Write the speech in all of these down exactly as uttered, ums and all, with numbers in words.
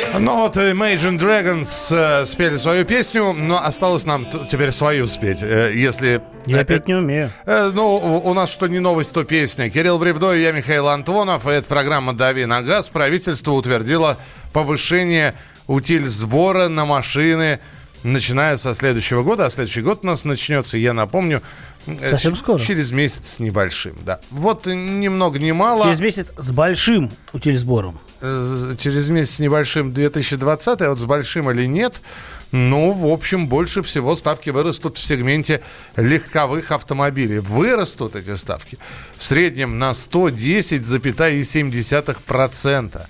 Ну вот Imagine Dragons э, спели свою песню, но осталось нам т- теперь свою спеть, э, если... Я э, петь не умею. э, Ну, у, у нас что не новость, то песня. Кирилл Бревдо и я, Михаил Антонов. И эта программа «Дави на газ». Правительство утвердило повышение утильсбора на машины, начиная со следующего года. А следующий год у нас начнется, я напомню... Совсем скоро. Через месяц с небольшим, да. Вот ни много ни мало. Через месяц с большим утильсбором. Через месяц с небольшим две тысячи двадцатый, а вот с большим или нет, ну, в общем, больше всего ставки вырастут в сегменте легковых автомобилей. Вырастут эти ставки в среднем на сто десять целых семь десятых процента.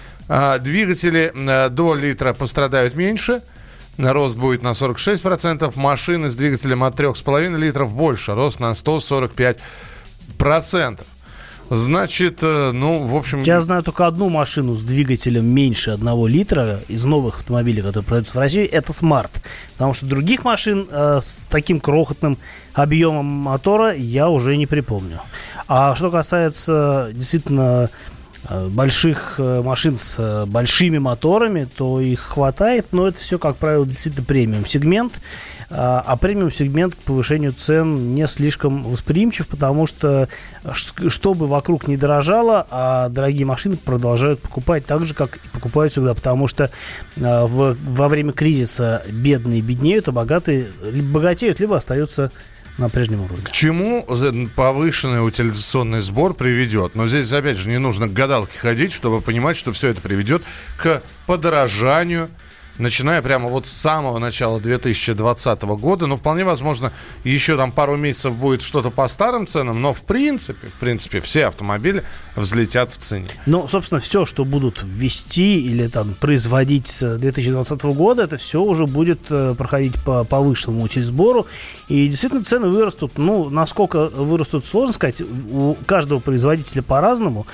А двигатели до литра пострадают меньше. Рост будет на сорок шесть процентов. Машины с двигателем от три с половиной литров больше. Рост на сто сорок пять процентов. Значит, ну, в общем... Я знаю только одну машину с двигателем меньше одного литра из новых автомобилей, которые продаются в России. Это Smart. Потому что других машин э, с таким крохотным объемом мотора я уже не припомню. А что касается действительно... больших машин с большими моторами, то их хватает, но это все, как правило, действительно премиум-сегмент. А премиум-сегмент к повышению цен не слишком восприимчив, потому что, чтобы вокруг не дорожало, а дорогие машины продолжают покупать так же, как и покупают всегда, потому что в, во время кризиса бедные беднеют, а богатые либо богатеют, либо остаются на прежнем уровне. К чему повышенный утилизационный сбор приведет? Но здесь, опять же, не нужно к гадалке ходить, чтобы понимать, что все это приведет к подорожанию, начиная прямо вот с самого начала две тысячи двадцатого года. Ну, вполне возможно, еще там пару месяцев будет что-то по старым ценам, но в принципе, в принципе, все автомобили взлетят в цене. Ну, собственно, все, что будут ввести или там производить с две тысячи двадцатого года, это все уже будет э, проходить по повышенному утильсбору. И действительно цены вырастут. Ну, насколько вырастут, сложно сказать. У каждого производителя по-разному.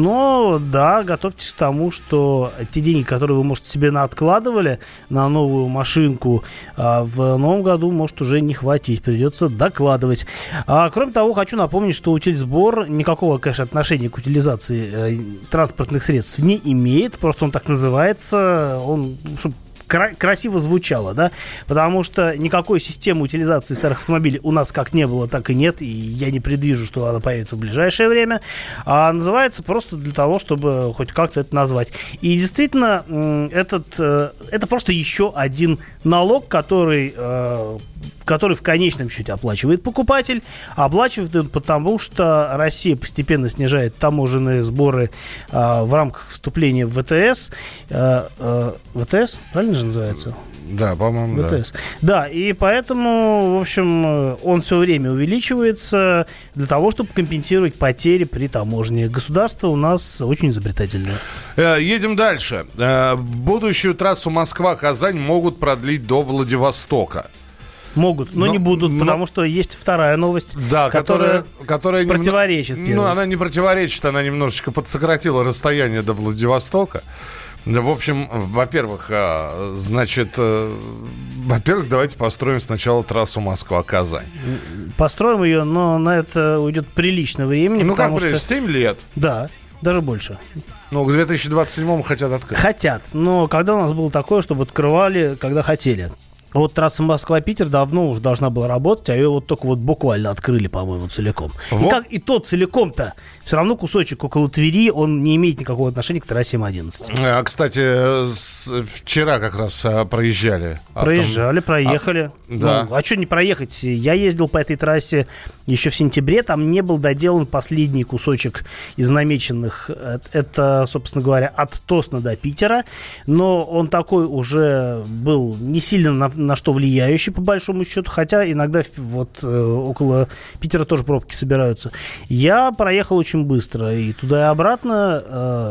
Но, да, готовьтесь к тому, что те деньги, которые вы, может, себе наоткладывали на новую машинку, а в новом году может уже не хватить, придется докладывать. А, кроме того, хочу напомнить, что утильсбор никакого, конечно, отношения к утилизации э, транспортных средств не имеет, просто он так называется, он, чтобы кра- красиво звучало, да, потому что никакой системы утилизации старых автомобилей у нас как не было, так и нет, и я не предвижу, что она появится в ближайшее время, а называется просто для того, чтобы хоть как-то это назвать. И действительно, этот, это просто еще один налог, который... который в конечном счете оплачивает покупатель. Оплачивает он потому, что Россия постепенно снижает таможенные сборы а, в рамках вступления в ВТС. А, а, ВТС? Правильно же называется? Да, по-моему, ВТС. Да. Да, и поэтому, в общем, он все время увеличивается для того, чтобы компенсировать потери при таможне. Государство у нас очень изобретательное. Едем дальше. Будущую трассу Москва-Казань могут продлить до Владивостока. Могут, но, но не будут, но, потому что есть вторая новость, да, которая, которая противоречит немно... первой. Ну, она не противоречит, она немножечко подсократила расстояние до Владивостока. В общем, во-первых, значит, во-первых, давайте построим сначала трассу Москва-Казань. Построим ее, но на это уйдет прилично времени. Ну, как что... семь лет? Да, даже больше. Ну, к две тысячи двадцать седьмому хотят открыть. Хотят, но когда у нас было такое, чтобы открывали, когда хотели. Вот трасса Москва-Питер давно уже должна была работать, а ее вот только вот буквально открыли, по-моему, целиком. Вот. И, как, и то целиком-то все равно кусочек около Твери, он не имеет никакого отношения к трассе М одиннадцать. А, кстати, с, вчера как раз а, проезжали. Проезжали, автом... проехали. А, да. Ну, а что не проехать? Я ездил по этой трассе еще в сентябре, там не был доделан последний кусочек из намеченных. Это, собственно говоря, от Тосна до Питера, но он такой уже был не сильно на, на что влияющий, по большому счету, хотя иногда вот около Питера тоже пробки собираются. Я проехал очень быстро и туда и обратно, э,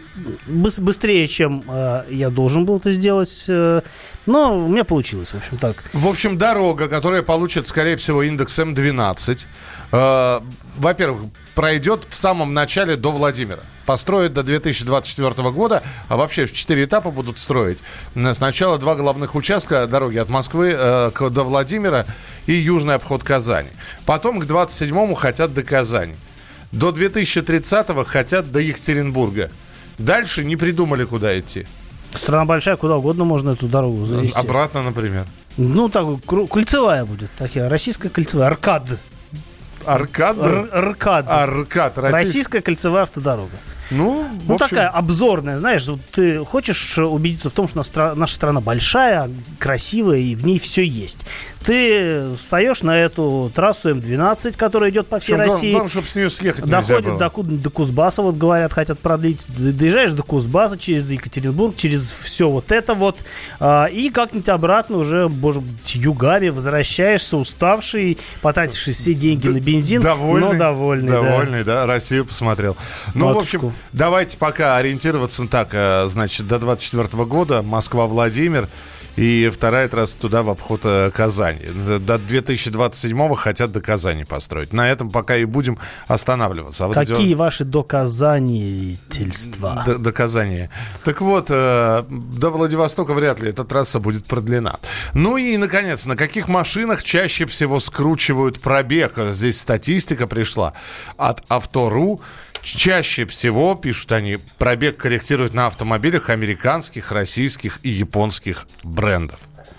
быстрее, чем э, я должен был это сделать, э, но у меня получилось, в общем, так. В общем, дорога, которая получит, скорее всего, индекс Эм двенадцать, э, во-первых, пройдет в самом начале до Владимира. Построят до две тысячи двадцать четвёртого года, а вообще в четыре этапа будут строить. Сначала два главных участка дороги от Москвы э, к, до Владимира и южный обход Казани. Потом к двадцать седьмому хотят до Казани. До две тысячи тридцатого хотят до Екатеринбурга. Дальше не придумали, куда идти. Страна большая, куда угодно можно эту дорогу завести. Обратно, например. Ну, так, кольцевая будет. Такая, российская кольцевая. Аркад. Аркад? Ар- аркад. Аркад. Российская... Российская кольцевая автодорога. Ну, ну общем... такая обзорная, знаешь, вот ты хочешь убедиться в том, что наша, наша страна большая, красивая, и в ней все есть. Ты встаешь на эту трассу эм двенадцать, которая идет по всей Причем, России. Главное, чтобы с нее съехать нельзя доходит было. До, до Кузбасса, вот говорят, хотят продлить. Доезжаешь до Кузбасса через Екатеринбург, через все вот это вот. А, и как-нибудь обратно уже, боже, югами возвращаешься, уставший, потративший все деньги Д- на бензин, довольный, но довольный. Довольный, да, да, Россию посмотрел. Ну, Матушку. в общем, давайте пока ориентироваться так, значит, до двадцать четвёртого года Москва-Владимир. И вторая трасса туда в обход Казани. До две тысячи двадцать седьмого хотят до Казани построить. На этом пока и будем останавливаться. А вот Какие эти... ваши доказательства? До, до Казани. Так вот, э, до Владивостока вряд ли эта трасса будет продлена. Ну и, наконец, на каких машинах чаще всего скручивают пробег? Здесь статистика пришла от Авто.ру. Чаще всего, пишут они, пробег корректируют на автомобилях американских, российских и японских брендов.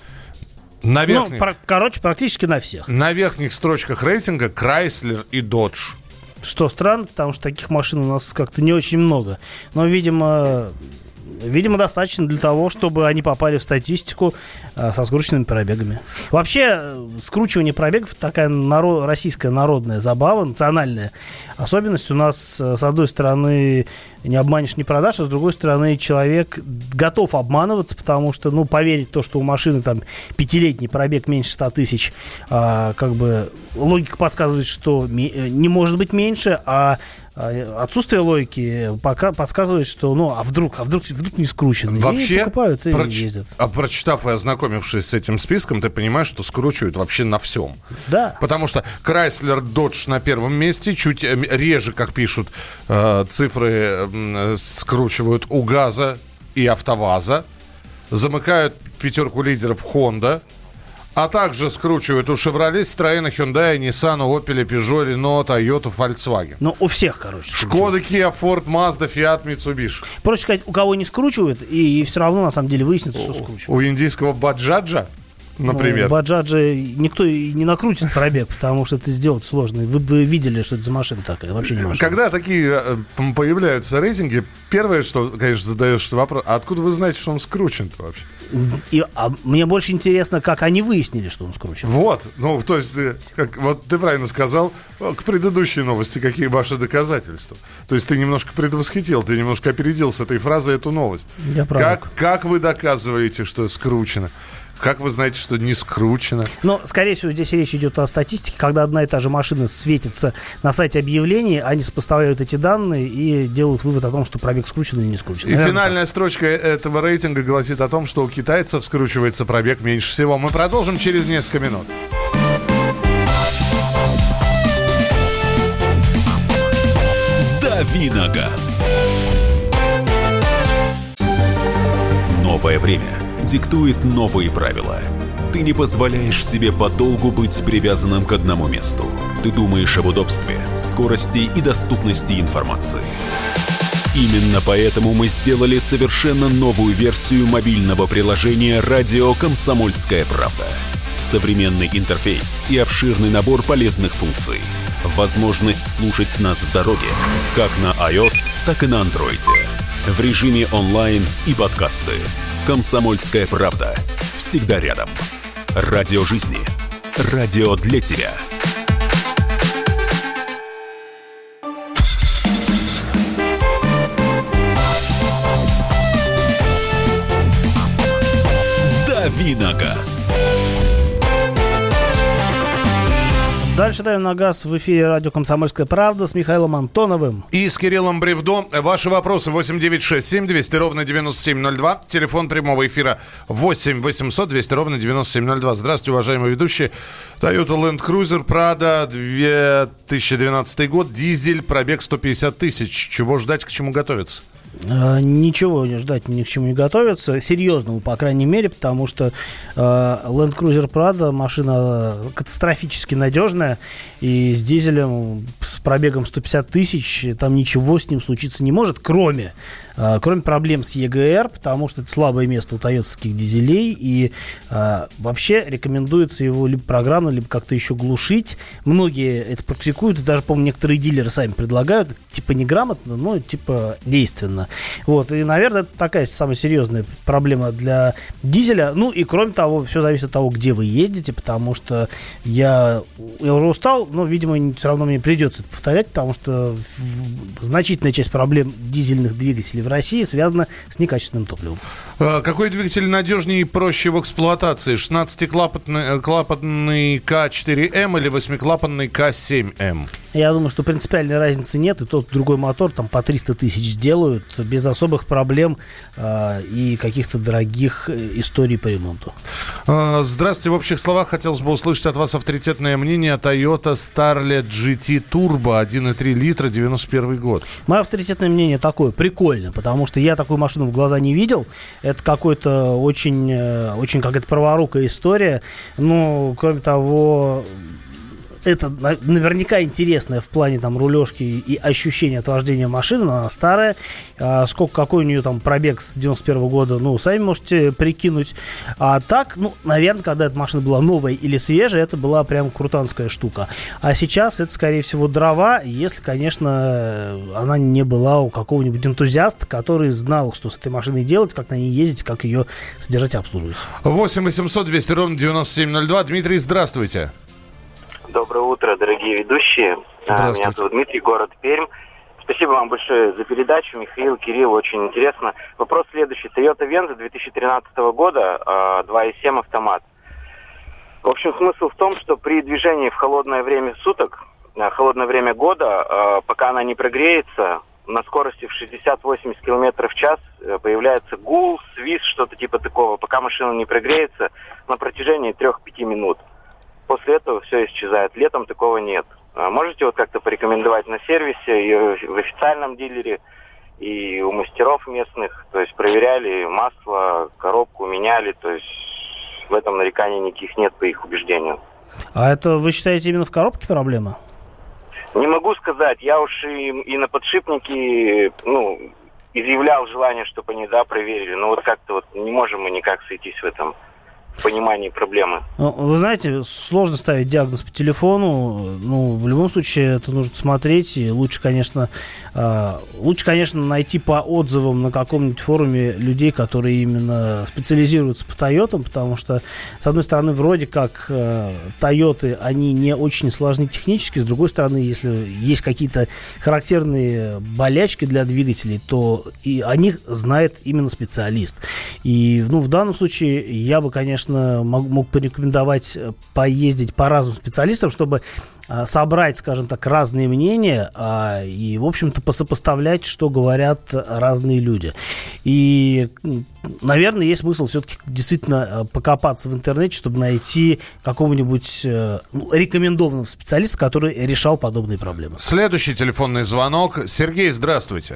На верхних, ну, про- короче, практически на всех. На верхних строчках рейтинга Chrysler и Dodge. Что странно, потому что таких машин у нас как-то не очень много. Но, видимо, видимо, достаточно для того, чтобы они попали в статистику э, со скрученными пробегами. Вообще, э, скручивание пробегов такая народ, российская народная забава, национальная особенность. У нас, э, с одной стороны, не обманешь, не продашь, а с другой стороны, человек готов обманываться, потому что, ну, поверить в то, что у машины там пятилетний пробег меньше ста тысяч, э, как бы логика подсказывает, что ми- не может быть меньше, а отсутствие логики пока подсказывает, что ну, а вдруг, а вдруг, вдруг не скручено. Вообще, и покупают, и проч... ездят. А прочитав и ознакомившись с этим списком, ты понимаешь, что скручивают вообще на всем. Да. Потому что Chrysler, Dodge на первом месте, чуть реже, как пишут, э, цифры э, скручивают у ГАЗа и АвтоВАЗа. Замыкают пятерку лидеров Honda. А также скручивают у Chevrolet, Citroёn, Hyundai, Nissan, Opel, Peugeot, Renault, Toyota, Volkswagen. Ну, у всех, короче. Шкода, Kia, Ford, Mazda, Fiat, Mitsubishi. Проще сказать, у кого не скручивают, и, и все равно, на самом деле, выяснится, что скручивают. У индийского Баджаджа, например. Ну, Баджаджи никто и не накрутит пробег, потому что это сделать сложно. Вы бы видели, что это за машина такая, вообще не машина. Когда такие появляются рейтинги, первое, что, конечно, задаешься вопрос, а откуда вы знаете, что он скручен-то вообще? И, а мне больше интересно, как они выяснили, что он скручен. Вот, ну, то есть, ты, как, вот ты правильно сказал, к предыдущей новости, какие ваши доказательства. То есть ты немножко предвосхитил, ты немножко опередил с этой фразой эту новость. Я прав. Как, как вы доказываете, что скручено? Как вы знаете, что не скручено? Но, скорее всего, здесь речь идет о статистике, когда одна и та же машина светится на сайте объявлений, они сопоставляют эти данные и делают вывод о том, что пробег скручен или не скручен. И Наверное, финальная так. строчка этого рейтинга гласит о том, что у китайцев скручивается пробег меньше всего. Мы продолжим через несколько минут. Давиногаз. Новое время диктует новые правила. Ты не позволяешь себе подолгу быть привязанным к одному месту. Ты думаешь об удобстве, скорости и доступности информации. Именно поэтому мы сделали совершенно новую версию мобильного приложения «Радио Комсомольская правда». Современный интерфейс и обширный набор полезных функций. Возможность слушать нас в дороге, как на iOS, так и на Android. В режиме онлайн и подкасты. «Комсомольская правда». Всегда рядом. Радио жизни. Радио для тебя. Давиногаз. Дальше даем на газ в эфире радио «Комсомольская правда» с Михаилом Антоновым. И с Кириллом Бревдо. Ваши вопросы восемь девятьсот шестьдесят семь двести ровно девяносто семь ноль два. Телефон прямого эфира восемь восемьсот двести ровно девяносто семь ноль два. Здравствуйте, уважаемые ведущие. Toyota Land Cruiser Prado, две тысячи двенадцатый год, дизель, пробег сто пятьдесят тысяч. Чего ждать, к чему готовиться? Ничего не ждать, ни к чему не готовиться. Серьезного, по крайней мере, потому что э, Land Cruiser Prado машина катастрофически надежная. И с дизелем, с пробегом сто пятьдесят тысяч, там ничего с ним случиться не может, кроме А, кроме проблем с и джи эр, потому что это слабое место у тойотовских дизелей, и а, вообще рекомендуется его либо программно, либо как-то еще глушить. Многие это практикуют, и даже, по-моему, некоторые дилеры сами предлагают, типа неграмотно, но типа действенно. Вот, и, наверное, это такая самая серьезная проблема для дизеля. Ну, и кроме того, все зависит от того, где вы ездите, потому что я, я уже устал, но, видимо, все равно мне придется это повторять, потому что значительная часть проблем дизельных двигателей в России связана с некачественным топливом. Какой двигатель надежнее и проще в эксплуатации? шестнадцатиклапанный ка четыре эм или восьмиклапанный ка семь эм? Я думаю, что принципиальной разницы нет, и тот, другой мотор там по триста тысяч сделают без особых проблем э, и каких-то дорогих историй по ремонту. Здравствуйте. В общих словах хотелось бы услышать от вас авторитетное мнение о Toyota Starlet джи ти Turbo один и три литра, девяносто первый год. Мое авторитетное мнение такое: прикольно, потому что я такую машину в глаза не видел. Это какой-то очень, очень какая-то праворукая история. Но, кроме того, это наверняка интересная в плане там рулежки и ощущения от вождения машины, но она старая. А сколько, какой у нее там пробег с девяносто первого года, ну, сами можете прикинуть. А так, ну, наверное, когда эта машина была новая или свежая, это была прям крутанская штука. А сейчас это, скорее всего, дрова, если, конечно, она не была у какого-нибудь энтузиаста, который знал, что с этой машиной делать, как на ней ездить, как ее содержать и обслуживать. восемь восемьсот двести ровно девяносто семь ноль два. Дмитрий, здравствуйте. Доброе утро, дорогие ведущие. Меня зовут Дмитрий, город Пермь. Спасибо вам большое за передачу, Михаил, Кирилл, очень интересно. Вопрос следующий. Toyota Venza две тысячи тринадцатого года, два и семь автомат. В общем, смысл в том, что при движении в холодное время суток, холодное время года, пока она не прогреется, на скорости в шестьдесят-восемьдесят километров в час появляется гул, свист, что-то типа такого, пока машина не прогреется на протяжении трех-пяти минут. После этого все исчезает. Летом такого нет. Можете вот как-то порекомендовать на сервисе, и в официальном дилере, и у мастеров местных? То есть проверяли масло, коробку меняли, то есть в этом нареканий никаких нет, по их убеждению. А это, вы считаете, именно в коробке проблема? Не могу сказать. Я уж и, и на подшипнике, ну, изъявлял желание, чтобы они, да, проверили. Но вот как-то вот не можем мы никак сойтись в этом понимании проблемы. Вы знаете, сложно ставить диагноз по телефону. Ну, в любом случае, это нужно смотреть. И лучше, конечно, э, лучше, конечно, найти по отзывам на каком-нибудь форуме людей, которые именно специализируются по Тойотам, потому что, с одной стороны, вроде как э, Тойоты, они не очень сложны технически, с другой стороны, если есть какие-то характерные болячки для двигателей, то и о них знает именно специалист. И, ну, в данном случае я бы, конечно, мог, мог порекомендовать поездить по разным специалистам, чтобы а, собрать, скажем так, разные мнения а, и, в общем-то, посопоставлять, что говорят разные люди. И, наверное, есть смысл все-таки действительно покопаться в интернете, чтобы найти какого-нибудь ну, рекомендованного специалиста, который решал подобные проблемы. Следующий телефонный звонок. Сергей, здравствуйте.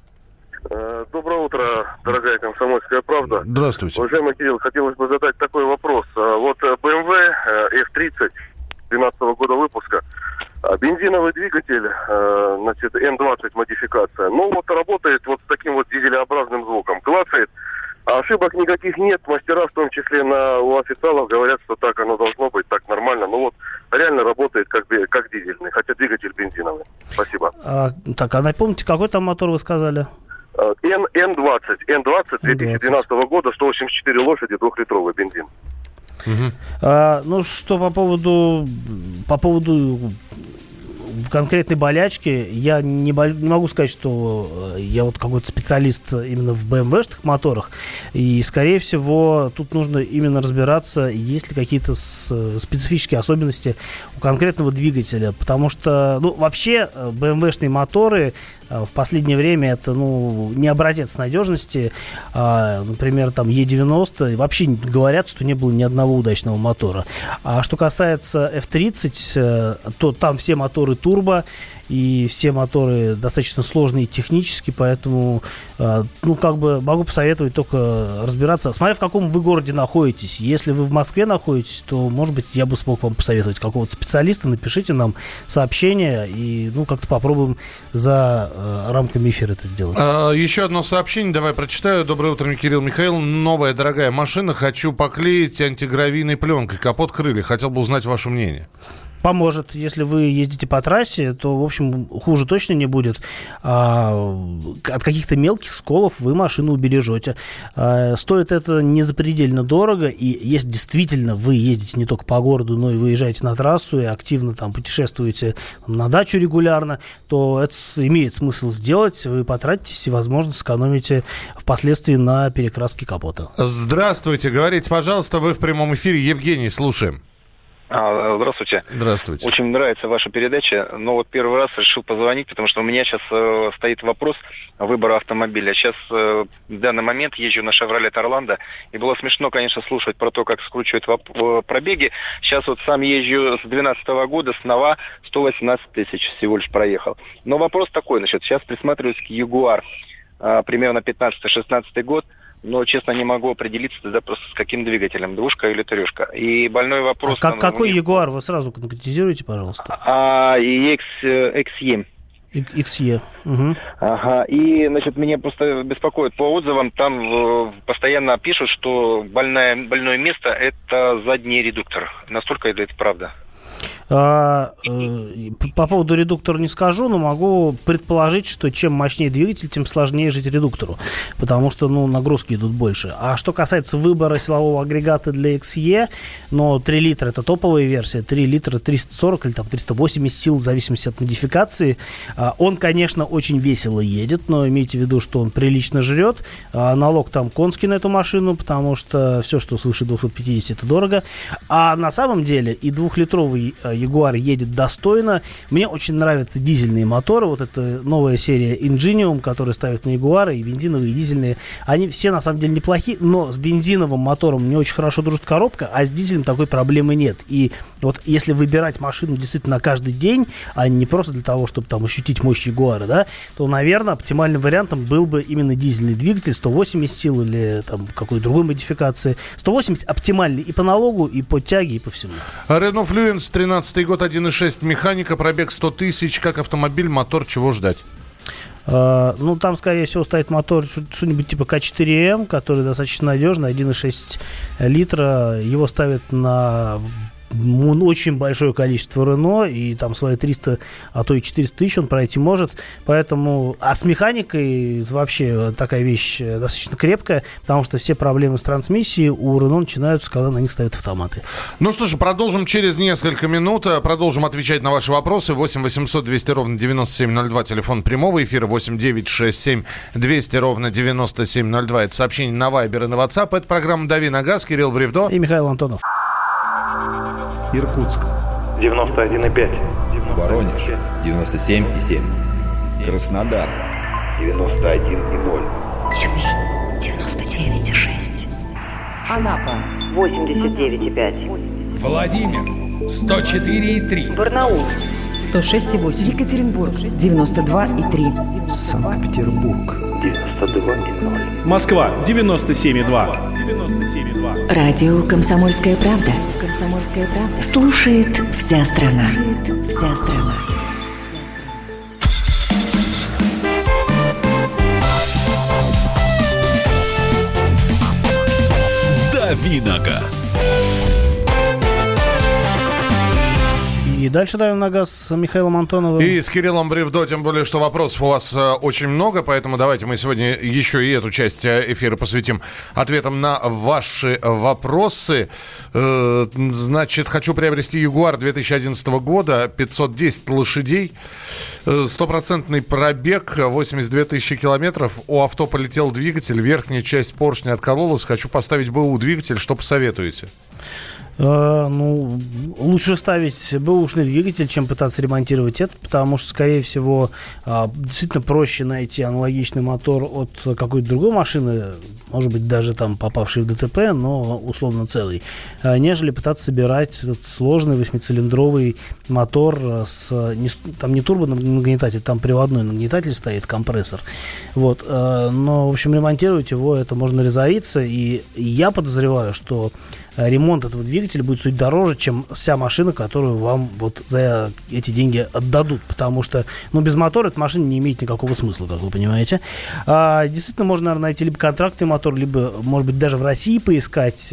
Доброе утро, дорогая «Комсомольская правда». Здравствуйте. Уважаемый Кирилл, хотелось бы задать такой вопрос. Вот бэ эм вэ эф тридцать две тысячи двенадцатого года выпуска, бензиновый двигатель, значит, эм двадцать модификация, ну вот работает вот с таким вот дизелеобразным звуком, клацает, а ошибок никаких нет. Мастера, в том числе на, у официалов, говорят, что так оно должно быть, так нормально. Ну вот реально работает как, как дизельный, хотя двигатель бензиновый. Спасибо. А, так, а напомните, какой там мотор вы сказали? Н двадцать, Н двадцать две тысячи двенадцатого года, сто восемьдесят четыре лошади, двухлитровый бензин. Угу. А, ну что по поводу по поводу конкретной болячки, я не, не могу сказать, что я вот какой-то специалист именно в бэ эм вэ-шных моторах, и, скорее всего, тут нужно именно разбираться, есть ли какие-то с, специфические особенности у конкретного двигателя, потому что, ну, вообще, бэ эм вэ-шные моторы в последнее время это, ну, не образец надежности. А, например, там Е девяносто, вообще говорят, что не было ни одного удачного мотора. А что касается эф тридцать, то там все моторы турбо, и все моторы достаточно сложные технически, поэтому, ну, как бы могу посоветовать только разбираться, смотря в каком вы городе находитесь. Если вы в Москве находитесь, то, может быть, я бы смог вам посоветовать какого-то специалиста. Напишите нам сообщение, и, ну, как-то попробуем за э, рамками эфира это сделать. А, еще одно сообщение, давай прочитаю. Доброе утро, Кирилл, Михаил. Новая дорогая машина, хочу поклеить антигравийной пленкой капот, крылья. Хотел бы узнать ваше мнение. Поможет. Если вы ездите по трассе, то, в общем, хуже точно не будет. А, от каких-то мелких сколов вы машину убережете. А, стоит это не запредельно дорого, и если действительно вы ездите не только по городу, но и выезжаете на трассу и активно там путешествуете на дачу регулярно, то это имеет смысл сделать. Вы потратитесь и, возможно, сэкономите впоследствии на перекраске капота. Здравствуйте. Говорите, пожалуйста, вы в прямом эфире. Евгений, слушаем. Здравствуйте. Здравствуйте. Очень нравится ваша передача, но вот первый раз решил позвонить, потому что у меня сейчас э, стоит вопрос выбора автомобиля. Сейчас э, в данный момент езжу на Chevrolet Orlando, и было смешно, конечно, слушать про то, как скручивают воп- пробеги. Сейчас вот сам езжу с двенадцатого года, с Нова, сто восемнадцать тысяч всего лишь проехал. Но вопрос такой, значит, сейчас присматриваюсь к Jaguar, э, примерно пятнадцатый-шестнадцатый год. Но, честно, не могу определиться тогда просто с каким двигателем, двушка или трешка. И больной вопрос... А как, какой них... Ягуар? Вы сразу конкретизируйте, пожалуйста. А, и X, икс и. икс и. Угу. Ага. И, значит, меня просто беспокоит по отзывам. Там э, постоянно пишут, что больное, больное место – это задний редуктор. Настолько это, это правда? А, э, по поводу редуктора не скажу, но могу предположить, что чем мощнее двигатель, тем сложнее жить редуктору, потому что, ну, нагрузки идут больше. А что касается выбора силового агрегата для икс и, но три литра это топовая версия, три литра триста сорок или там триста восемьдесят сил, в зависимости от модификации. А, он, конечно, очень весело едет, но имейте в виду, что он прилично жрет. А, налог там конский на эту машину, потому что все, что свыше двести пятьдесят, это дорого. А на самом деле и двухлитровый Jaguar едет достойно. Мне очень нравятся дизельные моторы. Вот эта новая серия Ingenium, которая ставит на Jaguar, и бензиновые, и дизельные. Они все на самом деле неплохие, но с бензиновым мотором не очень хорошо дружит коробка, а с дизелем такой проблемы нет. И вот если выбирать машину действительно на каждый день, а не просто для того, чтобы там ощутить мощь Jaguar, да, то, наверное, оптимальным вариантом был бы именно дизельный двигатель сто восемьдесят сил или там какой-то другой модификации. сто восемьдесят оптимальный и по налогу, и по тяге, и по всему. Renault Fluence, тринадцатый год, один и шесть механика, пробег сто тысяч. Как автомобиль, мотор, чего ждать? Uh, ну, там, скорее всего, стоит мотор что-нибудь типа ка четыре эм, который достаточно надежный, один и шесть литра. Его ставят на очень большое количество Рено, и там свои триста, а то и четыреста тысяч он пройти может. Поэтому, а с механикой вообще такая вещь достаточно крепкая, потому что все проблемы с трансмиссией у Рено начинаются, когда на них ставят автоматы. Ну что ж, продолжим через несколько минут. Продолжим отвечать на ваши вопросы. восемь восемьсот двести ровно девяносто семь ноль два, телефон прямого эфира. восемь девятьсот шестьдесят семь двести ровно девяносто семь ноль два. Это сообщение на Вайбер и на WhatsApp. Это программа «Дави на газ». Кирилл Бревдо и Михаил Антонов. Иркутск девяносто один и пять, Воронеж девяносто семь и семь, Краснодар девяносто один и ноль, Тюмень девяносто девять и шесть, Анапа восемьдесят девять и пять, Владимир сто четыре и три, Барнаул сто шесть и восемь, Екатеринбург девяносто два и три, Санкт-Петербург девяносто два и ноль, Москва девяносто семь и два. Радио «Комсомольская правда». «Комсомольская правда». Слушает вся страна. Слушает вся страна. «Дави на газ». И дальше давим на газ с Михаилом Антоновым. И с Кириллом Бревдо, тем более, что вопросов у вас э, очень много, поэтому давайте мы сегодня еще и эту часть эфира посвятим ответам на ваши вопросы. Э, значит, хочу приобрести Jaguar две тысячи одиннадцатого года, пятьсот десять лошадей, э, стопроцентный пробег, восемьдесят две тысячи километров. У авто полетел двигатель, верхняя часть поршня откололась. Хочу поставить БУ двигатель, что посоветуете? Uh, ну, лучше ставить бэушный двигатель, чем пытаться ремонтировать этот, потому что, скорее всего, uh, действительно проще найти аналогичный мотор от какой-то другой машины, может быть, даже там попавший в ДТП, но условно целый, нежели пытаться собирать этот сложный восьмицилиндровый мотор с... Не, там не турбонагнетатель, там приводной нагнетатель стоит, компрессор. Вот. Но, в общем, ремонтировать его, это можно разориться, и я подозреваю, что ремонт этого двигателя будет стоить дороже, чем вся машина, которую вам вот за эти деньги отдадут, потому что, ну, без мотора эта машина не имеет никакого смысла, как вы понимаете. А, действительно, можно, наверное, найти либо контрактный мотор, либо, может быть, даже в России поискать.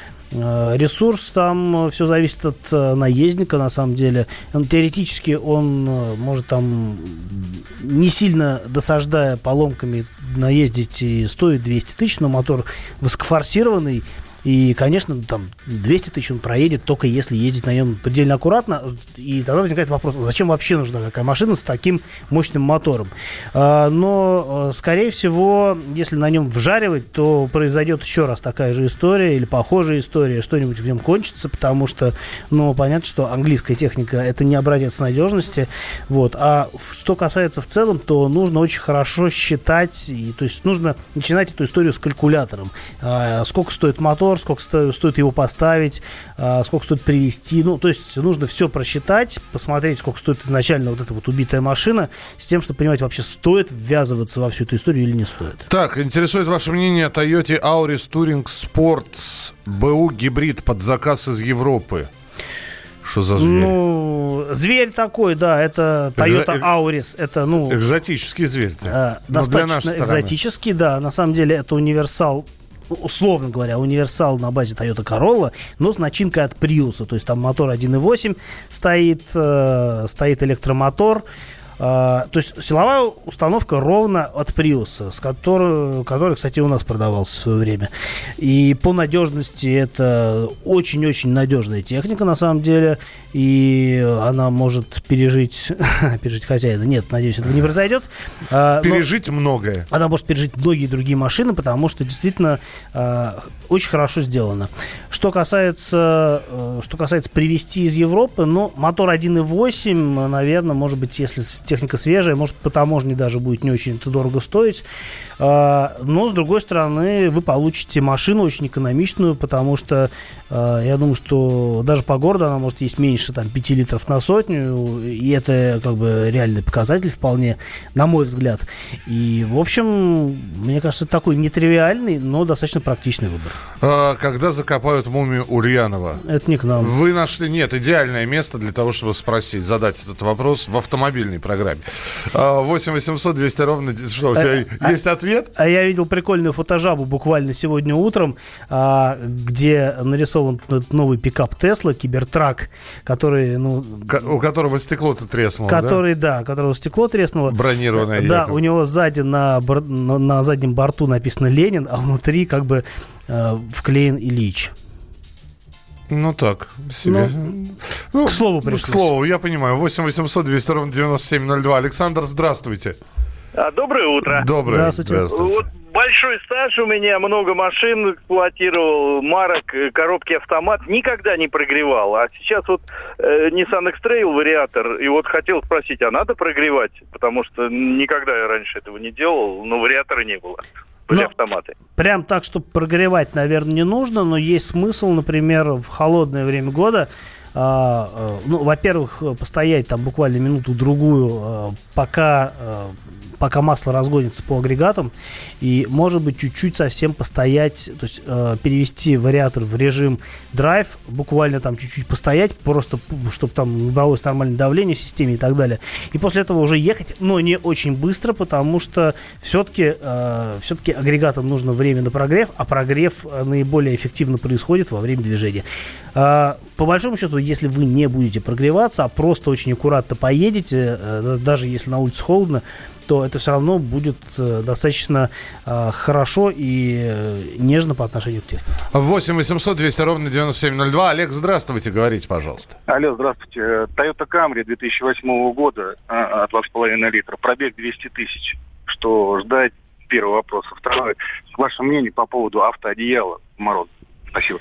Ресурс там все зависит от наездника, на самом деле. Он, теоретически он может там, не сильно досаждая поломками, наездить и стоит двести тысяч, но мотор высокофорсированный. И, конечно, там двести тысяч он проедет, только если ездить на нем предельно аккуратно. И тогда возникает вопрос, зачем вообще нужна такая машина с таким мощным мотором? Но, скорее всего, если на нем вжаривать, то произойдет еще раз такая же история или похожая история, что-нибудь в нем кончится, потому что, ну, понятно, что английская техника – это не образец надежности. Вот. А что касается в целом, то нужно очень хорошо считать, и, то есть нужно начинать эту историю с калькулятором. Сколько стоит мотор, сколько стоит его поставить, сколько стоит привезти. Ну, то есть нужно все просчитать, посмотреть, сколько стоит изначально вот эта вот убитая машина, с тем, чтобы понимать, вообще стоит ввязываться во всю эту историю или не стоит. Так, интересует ваше мнение о Toyota Auris Touring Sports БУ гибрид под заказ из Европы. Что за зверь? Ну, зверь такой, да, это Toyota Экзо... Auris. Это, ну... Экзотический зверь. Э, достаточно экзотический, да. На самом деле это универсал, условно говоря, универсал на базе Toyota Corolla, но с начинкой от Prius. То есть там мотор один и восемь стоит, э, стоит электромотор. Uh, то есть силовая установка ровно от Prius, с которой, который, кстати, у нас продавался в свое время. И по надежности это очень-очень надежная техника, на самом деле. И она может пережить, пережить хозяина. Нет, надеюсь, этого не произойдет. Uh, пережить многое. Она может пережить многие другие машины, потому что действительно uh, очень хорошо сделано. Что касается, uh, что касается привезти из Европы, ну, мотор один и восемь, наверное, может быть, если техника свежая, может, по таможне даже будет не очень-то дорого стоить. Но, с другой стороны, вы получите машину очень экономичную, потому что я думаю, что даже по городу она может есть меньше там, пяти литров на сотню, и это как бы реальный показатель вполне, на мой взгляд. И, в общем, мне кажется, это такой нетривиальный, но достаточно практичный выбор. А когда закопают мумию Ульянова? Это не к нам. Вы нашли, нет, идеальное место для того, чтобы спросить, задать этот вопрос в автомобильной программе. восемь восемьсот двести ровно... Что, у тебя а, есть ответ? А я видел прикольную фотожабу буквально сегодня утром, а, где нарисован новый пикап Tesla, Кибертрак, который, ну... К- у которого стекло-то треснуло, который, да? да, у которого стекло треснуло. Бронированное. Да, якобы. У него сзади на, на, на заднем борту написано Ленин, а внутри как бы э, вклеен Ильич. Ну так, себе. Ну, ну, к слову пришлось. К слову, я понимаю. восемь восемьсот двести ровно девяносто семь ноль два. Александр, здравствуйте. Доброе утро. Доброе. Здравствуйте. Здравствуйте. Вот большой стаж у меня, много машин эксплуатировал, марок, коробки автомат, никогда не прогревал. А сейчас вот э, Nissan X-Trail вариатор, и вот хотел спросить, а надо прогревать? Потому что никогда я раньше этого не делал, но вариатора не было. Были автоматы. Прям так, чтобы прогревать, наверное, не нужно, но есть смысл, например, в холодное время года, а, а, ну, во-первых, постоять там буквально минуту-другую, а, пока... А, пока масло разгонится по агрегатам, и, может быть, чуть-чуть совсем постоять, то есть э, перевести вариатор в режим драйв, буквально там чуть-чуть постоять, просто чтобы там набралось нормальное давление в системе и так далее. И после этого уже ехать, но не очень быстро, потому что все-таки, э, все-таки агрегатам нужно время на прогрев, а прогрев наиболее эффективно происходит во время движения. Э, по большому счету, если вы не будете прогреваться, а просто очень аккуратно поедете, э, даже если на улице холодно, то это все равно будет э, достаточно э, хорошо и э, нежно по отношению к технике. восемь восемьсот двести ровно девяносто семь ноль два. Олег, здравствуйте, говорите, пожалуйста. Алло, здравствуйте. Toyota Camry две тысячи восьмого года, два с половиной литра, пробег двести тысяч. Что ждать? Первый вопрос. Второй. Ваше мнение по поводу автоодеяла в мороз? Спасибо.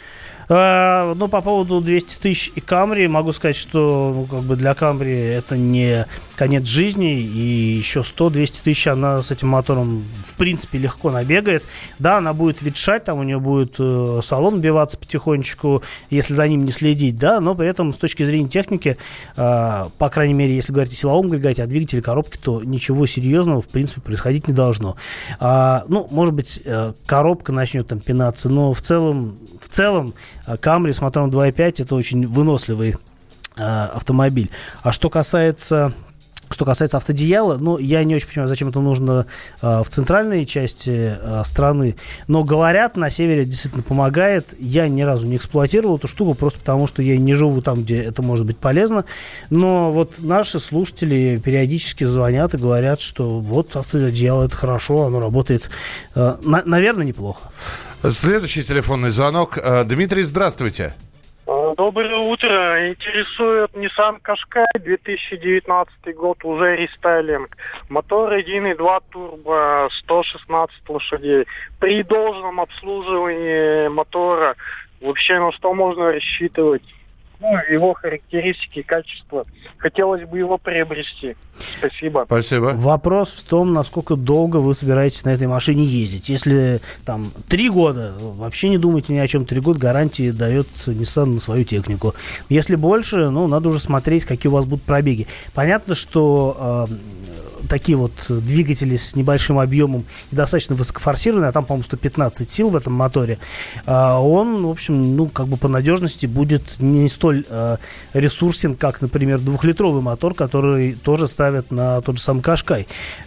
А, ну, по поводу двести тысяч и Camry могу сказать, что ну, как бы для Camry это не конец жизни, и еще сто-двести тысяч она с этим мотором в принципе легко набегает. Да, она будет ветшать, там у нее будет э, салон биваться потихонечку, если за ним не следить, да, но при этом с точки зрения техники, э, по крайней мере, если говорить о силовом агрегате, о двигателе, коробке, то ничего серьезного в принципе происходить не должно. А, ну, может быть, э, коробка начнет там пинаться, но в целом, в целом Camry с мотором два и пять это очень выносливый э, автомобиль. А что касается... Что касается автодеяла, ну, я не очень понимаю, зачем это нужно э, в центральной части э, страны. Но, говорят, на севере действительно помогает. Я ни разу не эксплуатировал эту штуку, просто потому что я не живу там, где это может быть полезно. Но вот наши слушатели периодически звонят и говорят, что вот автодеяло это хорошо, оно работает, э, на, наверное, неплохо. Следующий телефонный звонок. Дмитрий, здравствуйте. Доброе утро. Интересует Nissan Qashqai, две тысячи девятнадцатый год, уже рестайлинг. Мотор один и два турбо, сто шестнадцать лошадей. При должном обслуживании мотора вообще на что можно рассчитывать? Ну, его характеристики, качества. Хотелось бы его приобрести. Спасибо. Спасибо. Вопрос в том, насколько долго вы собираетесь на этой машине ездить. Если там три года, вообще не думайте ни о чем. Три года гарантии дает Nissan на свою технику. Если больше, ну, надо уже смотреть, какие у вас будут пробеги. Понятно, что э, такие вот двигатели с небольшим объемом и достаточно высокофорсированные, а там, по-моему, сто пятнадцать сил в этом моторе, э, он, в общем, ну, как бы по надежности будет не столь э, ресурсен, как, например, двухлитровый мотор, который тоже ставят на тот же самый Qashqai.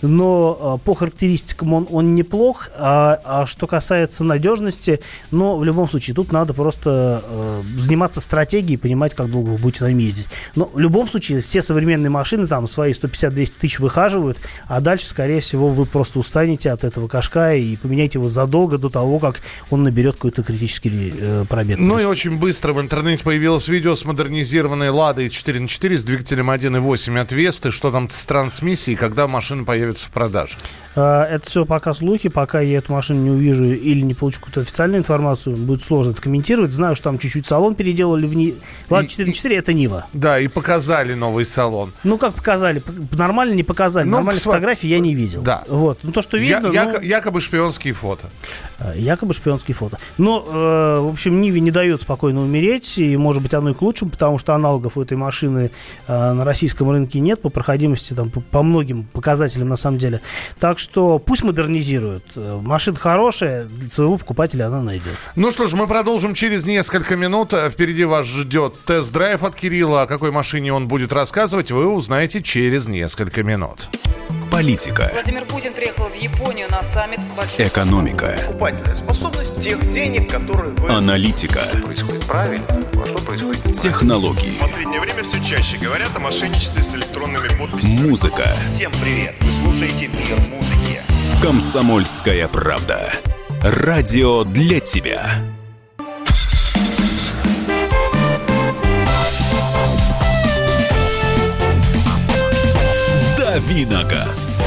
Но э, по характеристикам он, он неплох, а, а что касается надежности, но в любом случае тут надо просто э, заниматься стратегией, понимать, как долго вы будете на нем ездить. Но в любом случае все современные машины там свои сто пятьдесят-двести тысяч выхаживают, а дальше, скорее всего, вы просто устанете от этого Qashqai и поменяете его задолго до того, как он наберет какой-то критический э, пробег. Ну и очень быстро в интернете появилось видео с модернизированной Ладой четыре на четыре с двигателем один и восемь от Весты. Что там с трансмиссией, когда машина появится в продаже? Это все пока слухи, пока я эту машину не увижу или не получу какую-то официальную информацию, будет сложно это комментировать. Знаю, что там чуть-чуть салон переделали в Ни... Лада четыре на четыре это Нива. Да, и показали новый салон. Ну, как показали? Нормально не показали. Ну, нормальных св... фотографий я не видел. Да. Вот. Ну, то, что видно... Я, ну... Якобы шпионские фото. Якобы шпионские фото. Но, э, в общем, Ниве не дает спокойно умереть, и, может быть, оно и к лучшему, потому что аналогов у этой машины э, на российском рынке нет по проходимости, там, по, по многим показателям, на самом деле. Так что пусть модернизируют. Машина хорошая, для своего покупателя она найдет. Ну что ж, мы продолжим через несколько минут. Впереди вас ждет тест-драйв от Кирилла. О какой машине он будет рассказывать, вы узнаете через несколько минут. Политика. Владимир Путин приехал в Японию на саммит большой... Экономика. Покупательная способность тех денег, которые вы... Аналитика. Что происходит правильно, а что происходит технологии. В последнее время все чаще говорят о мошенничестве с электронными подписями. Музыка. Всем привет, вы слушаете «Мир музыки». Комсомольская правда. Радио для тебя. Давиногаз.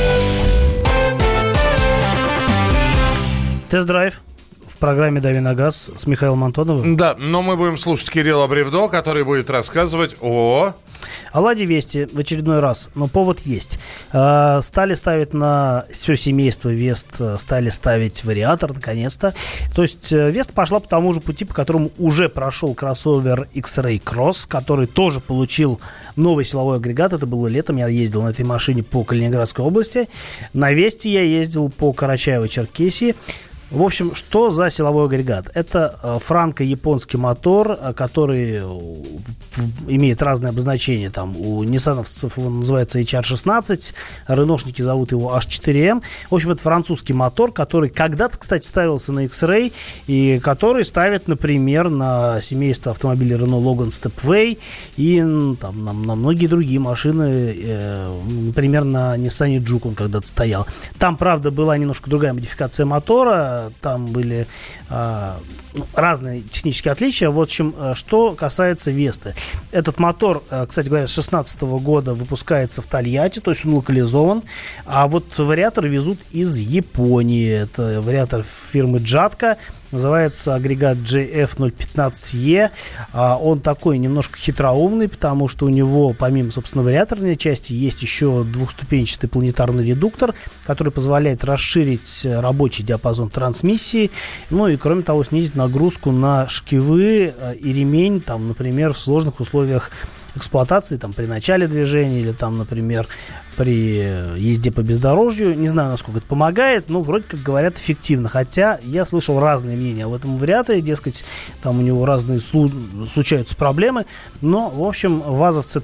Тест-драйв в программе «Дави на газ» с Михаилом Антоновым. Да, но мы будем слушать Кирилла Бревдо, который будет рассказывать о... О Ладе Весте в очередной раз, но повод есть. Э, стали ставить на все семейство Вест, стали ставить вариатор, наконец-то. То есть Веста пошла по тому же пути, по которому уже прошел кроссовер X-Ray Cross, который тоже получил новый силовой агрегат. Это было летом, я ездил на этой машине по Калининградской области. На Весте я ездил по Карачаево-Черкесии. В общем, что за силовой агрегат? Это э, франко-японский мотор, который э, имеет разные обозначения. Там у ниссановцев он называется эйч ар шестнадцать, реношники зовут его эйч четыре эм. В общем, это французский мотор, который когда-то, кстати, ставился на X-Ray и который ставят, например, на семейство автомобилей Renault Logan Stepway и там, на, на многие другие машины, э, например, на Nissan Juke он когда-то стоял. Там, правда, была немножко другая модификация мотора. там были а, ну, разные технические отличия. В общем, что касается Весты. Этот мотор, кстати говоря, с две тысячи шестнадцатого года выпускается в Тольятти, то есть он локализован. А вот вариатор везут из Японии. Это вариатор фирмы Джатка. Называется агрегат джей эф ноль пятнадцать и. Он такой немножко хитроумный, потому что у него, помимо, собственно, вариаторной части, есть еще двухступенчатый планетарный редуктор, который позволяет расширить рабочий диапазон трансмиссии, ну и, кроме того, снизить нагрузку на шкивы и ремень, там, например, в сложных условиях эксплуатации, там, при начале движения или, там, например, при езде по бездорожью. Не знаю, насколько это помогает, но вроде как говорят эффективно. Хотя я слышал разные мнения об этом вариаторе, дескать, там у него разные слу- случаются проблемы. Но, в общем, вазовцы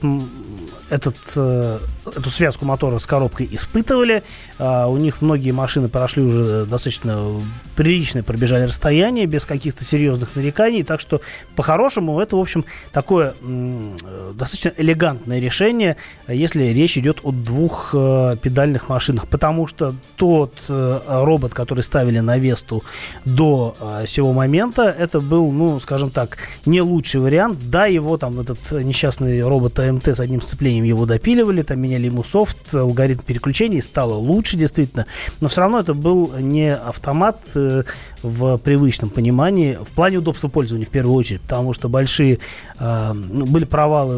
этот, э, эту связку мотора с коробкой испытывали. Э, у них многие машины прошли уже достаточно приличное, пробежали расстояние без каких-то серьезных нареканий. Так что, по-хорошему, это, в общем, такое м- достаточно элегантное решение, если речь идет о двух э, педальных машинах. Потому что тот э, робот, который ставили на Весту до э, сего момента, это был, ну, скажем так, не лучший вариант. Да, его там, этот несчастный робот АМТ с одним сцеплением его допиливали, там меняли ему софт, алгоритм переключений, стало лучше, действительно. Но все равно это был не автомат э, в привычном понимании, в плане удобства пользования в первую очередь, потому что большие э, ну, были провалы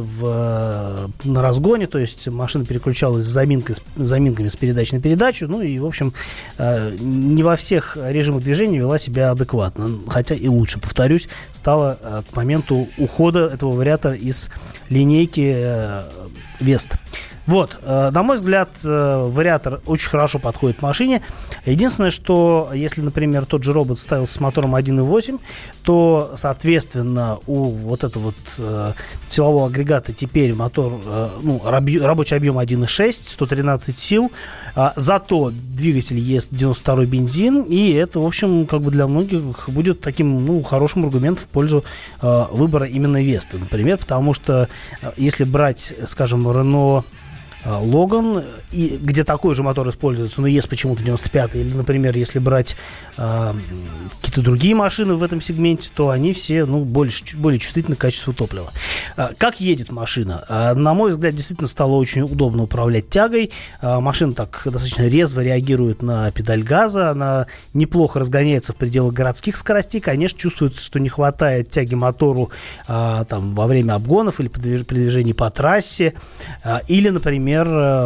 в, на разгоне, то есть машина переключалась с заминкой, с заминками с передачи на передачу, ну и, в общем, э, не во всех режимах движения вела себя адекватно, хотя и лучше, повторюсь, стало э, к моменту ухода этого вариатора из линейки э, Веста. Вот, э, на мой взгляд, э, вариатор очень хорошо подходит машине. Единственное, что если, например, тот же робот ставился с мотором один и восемь, то, соответственно, у вот этого вот э, силового агрегата теперь мотор, э, ну, раби, рабочий объем один и шесть, сто тринадцать сил, э, зато двигатель ест девяносто второй бензин, и это, в общем, как бы для многих будет таким, ну, хорошим аргументом в пользу э, выбора именно Весты, например, потому что э, если брать, скажем, Renault Логан, и где такой же мотор используется, но есть почему-то девяносто пятый, или, например, если брать э, какие-то другие машины в этом сегменте, то они все, ну, больше, более чувствительны к качеству топлива. Э, как едет машина? Э, на мой взгляд, действительно стало очень удобно управлять тягой. Э, машина так достаточно резво реагирует на педаль газа, она неплохо разгоняется в пределах городских скоростей. Конечно, чувствуется, что не хватает тяги мотору э, там, во время обгонов или при движении по трассе, э, или, например,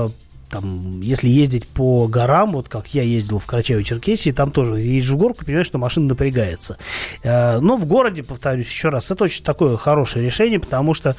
там, если ездить по горам, вот как я ездил в Карачаево-Черкесии, там тоже едешь в горку, понимаешь, что машина напрягается. Но в городе, повторюсь еще раз, это очень такое хорошее решение, потому что,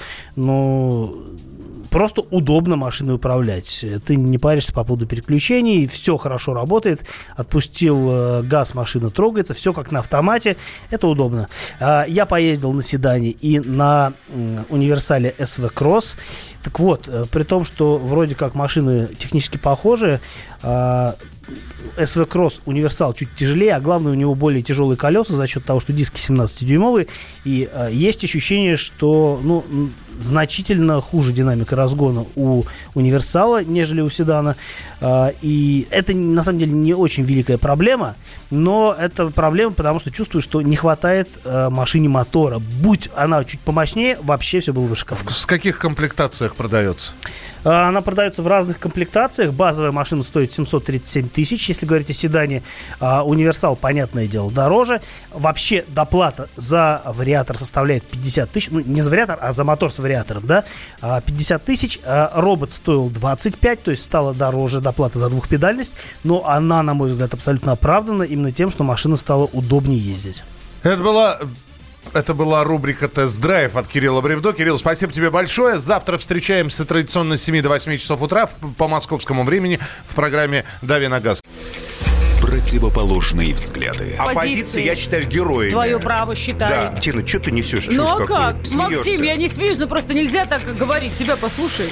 ну, просто удобно машиной управлять. Ты не паришься по поводу переключений, все хорошо работает. Отпустил э, газ, машина трогается, все как на автомате. Это удобно. Э, я поездил на седане и на э, универсале эс ви Cross. Так вот, э, при том, что вроде как машины технически похожи, э, эс ви Cross универсал чуть тяжелее, а главное, у него более тяжелые колеса за счет того, что диски семнадцатидюймовые. И э, есть ощущение, что, ну, значительно хуже динамика разгона у универсала, нежели у седана. Э, и это, на самом деле, не очень великая проблема, но это проблема, потому что чувствую, что не хватает э, машине мотора. Будь она чуть помощнее, вообще все было бы шикарно. В каких комплектациях продается? Э, она продается в разных комплектациях. Базовая машина стоит семьсот тридцать семь тысяч, если говорить о седане. Э, универсал, понятное дело, дороже. Вообще доплата за вариатор составляет пятьдесят тысяч. Ну, не за вариатор, а за мотор с вариатором, да? Э, пятьдесят тысяч. Э, робот стоил двадцать пять, то есть стала дороже доплата за двухпедальность. Но она, на мой взгляд, абсолютно оправдана именно тем, что машина стала удобнее ездить. Это была... Это была рубрика «Тест-драйв» от Кирилла Бревдо. Кирилл, спасибо тебе большое. Завтра встречаемся традиционно с семи до восьми часов утра по московскому времени в программе «Дави на газ». Противоположные взгляды. Оппозиция, я считаю, героями. Твое право считаю. Да, Тина, что ты несешь? Ну а как? Максим, я не смеюсь, но просто нельзя так говорить. Себя послушай.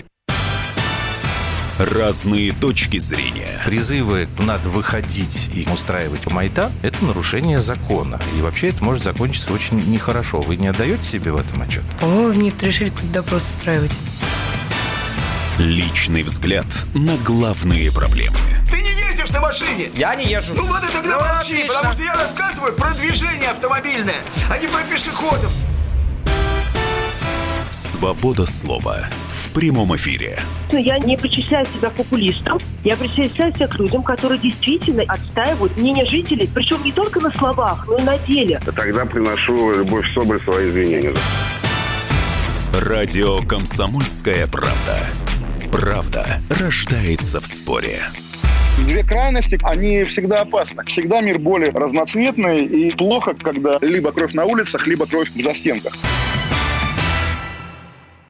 Разные точки зрения. Призывы «надо выходить и устраивать майдан» — это нарушение закона. И вообще это может закончиться очень нехорошо. Вы не отдаете себе в этом отчет? О, нет, решили допрос устраивать. Личный взгляд на главные проблемы. Ты не ездишь на машине? Я не езжу. Ну вот и тогда ну, молчи, отлично. потому что я рассказываю про движение автомобильное, а не про пешеходов. Свобода слова в прямом эфире. Я не причисляю себя популистом. Я причисляю себя к людям, которые действительно отстаивают мнение жителей. Причем не только на словах, но и на деле. Тогда приношу Любовь Соболь свои извинения. Радио «Комсомольская правда». Правда рождается в споре. Две крайности, они всегда опасны. Всегда мир более разноцветный, и плохо, когда либо кровь на улицах, либо кровь в застенках.